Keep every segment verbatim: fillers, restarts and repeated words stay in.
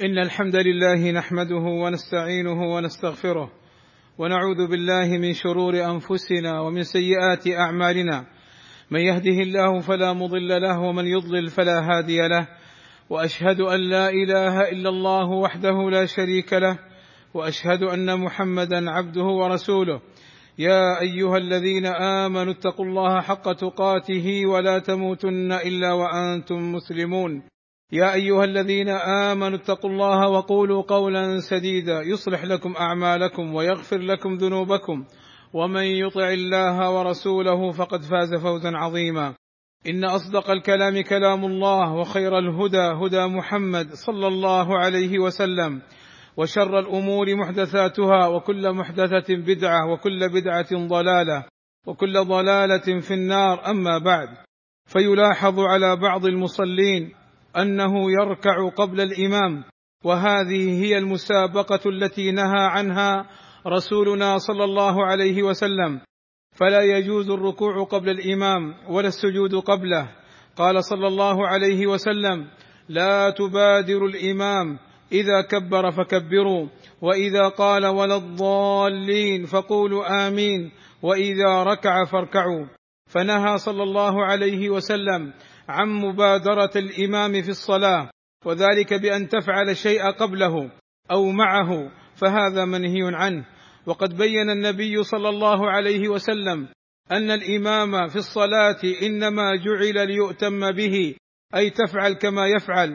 إن الحمد لله نحمده ونستعينه ونستغفره ونعوذ بالله من شرور أنفسنا ومن سيئات أعمالنا. من يهده الله فلا مضل له ومن يضلل فلا هادي له، وأشهد أن لا إله إلا الله وحده لا شريك له، وأشهد أن محمدا عبده ورسوله. يا أيها الذين آمنوا اتقوا الله حق تقاته ولا تموتن إلا وأنتم مسلمون. يا أيها الذين آمنوا اتقوا الله وقولوا قولا سديدا يصلح لكم أعمالكم ويغفر لكم ذنوبكم، ومن يطع الله ورسوله فقد فاز فوزا عظيما. إن أصدق الكلام كلام الله، وخير الهدى هدى محمد صلى الله عليه وسلم، وشر الأمور محدثاتها، وكل محدثة بدعة، وكل بدعة ضلالة، وكل ضلالة في النار. أما بعد، فيلاحظ على بعض المصلين أنه يركع قبل الإمام، وهذه هي المسابقة التي نهى عنها رسولنا صلى الله عليه وسلم، فلا يجوز الركوع قبل الإمام ولا السجود قبله. قال صلى الله عليه وسلم: لا تبادروا الإمام، إذا كبر فكبروا، وإذا قال ولا الضالين فقولوا آمين، وإذا ركع فاركعوا. فنهى صلى الله عليه وسلم عن مبادرة الإمام في الصلاة، وذلك بأن تفعل شيء قبله أو معه، فهذا منهي عنه. وقد بين النبي صلى الله عليه وسلم أن الإمام في الصلاة إنما جعل ليؤتم به، أي تفعل كما يفعل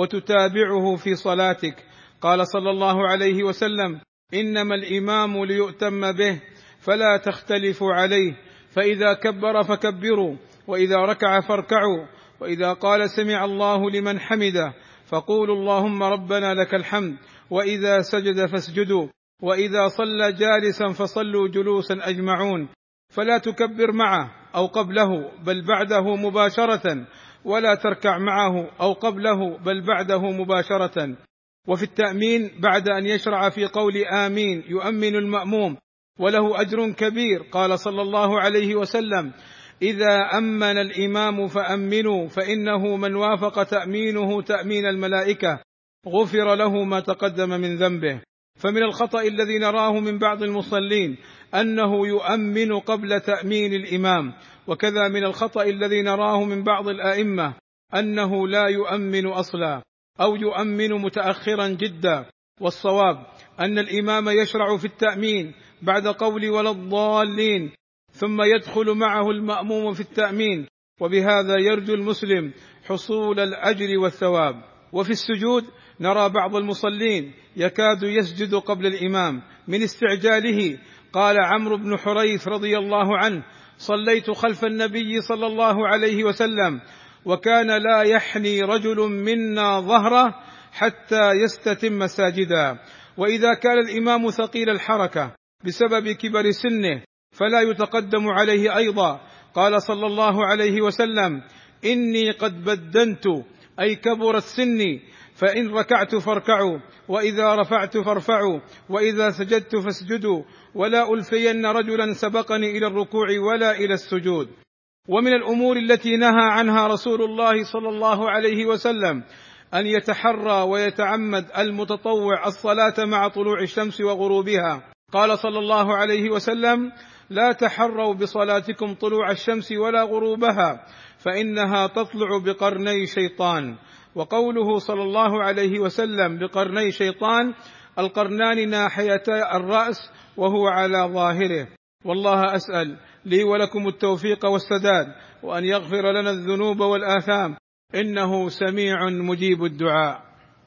وتتابعه في صلاتك. قال صلى الله عليه وسلم: إنما الإمام ليؤتم به فلا تختلفوا عليه، فإذا كبر فكبروا، وإذا ركع فاركعوا، وإذا قال سمع الله لمن حمده فقولوا اللهم ربنا لك الحمد، وإذا سجد فاسجدوا، وإذا صلى جالسا فصلوا جلوسا أجمعون. فلا تكبر معه أو قبله بل بعده مباشرة، ولا تركع معه أو قبله بل بعده مباشرة. وفي التأمين بعد أن يشرع في قول آمين يؤمن المأموم، وله أجر كبير. قال صلى الله عليه وسلم: إذا أمن الإمام فأمنوا، فإنه من وافق تأمينه تأمين الملائكة غفر له ما تقدم من ذنبه. فمن الخطأ الذي نراه من بعض المصلين أنه يؤمن قبل تأمين الإمام، وكذا من الخطأ الذي نراه من بعض الأئمة أنه لا يؤمن أصلا أو يؤمن متأخرا جدا. والصواب أن الإمام يشرع في التأمين بعد قول ولا الضالين، ثم يدخل معه المأموم في التأمين، وبهذا يرجو المسلم حصول الأجر والثواب. وفي السجود نرى بعض المصلين يكاد يسجد قبل الإمام من استعجاله. قال عمرو بن حريث رضي الله عنه: صليت خلف النبي صلى الله عليه وسلم، وكان لا يحني رجل منا ظهره حتى يستتم ساجدا، وإذا كان الإمام ثقيل الحركة بسبب كبر سنه فلا يتقدم عليه أيضا. قال صلى الله عليه وسلم: إني قد بدنت، أي كبرت سني، فإن ركعت فاركعوا، وإذا رفعت فارفعوا، وإذا سجدت فاسجدوا، ولا ألفين رجلا سبقني إلى الركوع ولا إلى السجود. ومن الأمور التي نهى عنها رسول الله صلى الله عليه وسلم أن يتحرى ويتعمد المتطوع الصلاة مع طلوع الشمس وغروبها. قال صلى الله عليه وسلم: لا تحروا بصلاتكم طلوع الشمس ولا غروبها، فإنها تطلع بقرني شيطان. وقوله صلى الله عليه وسلم بقرني شيطان، القرنان ناحيتا الرأس وهو على ظاهره. والله أسأل لي ولكم التوفيق والسداد، وأن يغفر لنا الذنوب والآثام، إنه سميع مجيب الدعاء.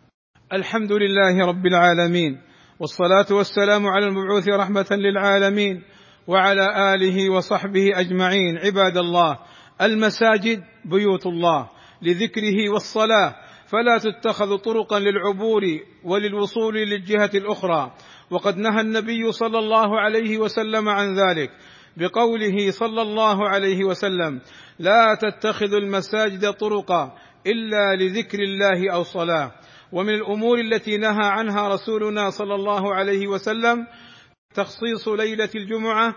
الحمد لله رب العالمين، والصلاة والسلام على المبعوث رحمة للعالمين، وعلى آله وصحبه أجمعين. عباد الله، المساجد بيوت الله لذكره والصلاة، فلا تتخذ طرقا للعبور وللوصول للجهة الأخرى. وقد نهى النبي صلى الله عليه وسلم عن ذلك بقوله صلى الله عليه وسلم: لا تتخذوا المساجد طرقا إلا لذكر الله أو صلاة. ومن الأمور التي نهى عنها رسولنا صلى الله عليه وسلم تخصيص ليلة الجمعة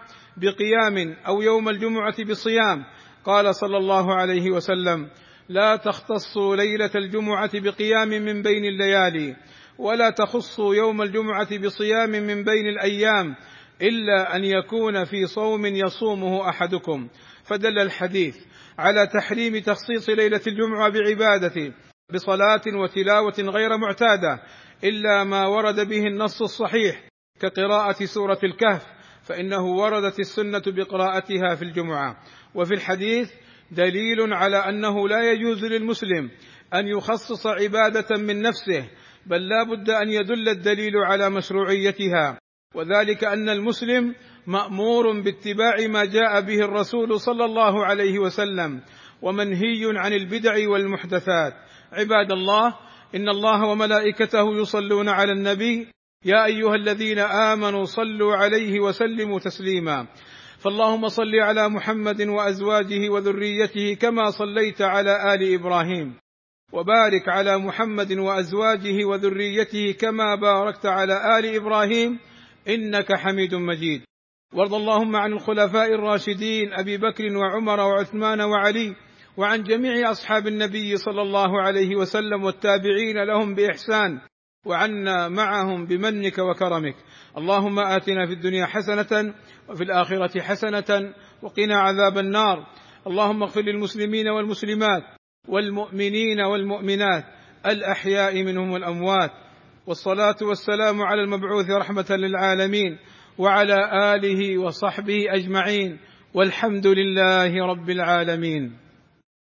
بقيام أو يوم الجمعة بصيام. قال صلى الله عليه وسلم: لا تختصوا ليلة الجمعة بقيام من بين الليالي، ولا تخصوا يوم الجمعة بصيام من بين الأيام إلا أن يكون في صوم يصومه أحدكم. فدل الحديث على تحريم تخصيص ليلة الجمعة بعبادة بصلاة وتلاوة غير معتادة إلا ما ورد به النص الصحيح كقراءة سورة الكهف، فإنه وردت السنة بقراءتها في الجمعة. وفي الحديث دليل على أنه لا يجوز للمسلم أن يخصص عبادة من نفسه، بل لا بد أن يدل الدليل على مشروعيتها، وذلك أن المسلم مأمور باتباع ما جاء به الرسول صلى الله عليه وسلم، ومنهي عن البدع والمحدثات. عباد الله، إن الله وملائكته يصلون على النبي يا أيها الذين آمنوا صلوا عليه وسلموا تسليما. فاللهم صل على محمد وأزواجه وذريته كما صليت على آل إبراهيم، وبارك على محمد وأزواجه وذريته كما باركت على آل إبراهيم إنك حميد مجيد. وارض اللهم عن الخلفاء الراشدين أبي بكر وعمر وعثمان وعلي، وعن جميع أصحاب النبي صلى الله عليه وسلم والتابعين لهم بإحسان، وعنا معهم بمنك وكرمك. اللهم آتنا في الدنيا حسنة وفي الآخرة حسنة وقنا عذاب النار. اللهم اغفر للمسلمين والمسلمات والمؤمنين والمؤمنات الأحياء منهم والأموات، والصلاة والسلام على المبعوث رحمة للعالمين وعلى آله وصحبه أجمعين، والحمد لله رب العالمين.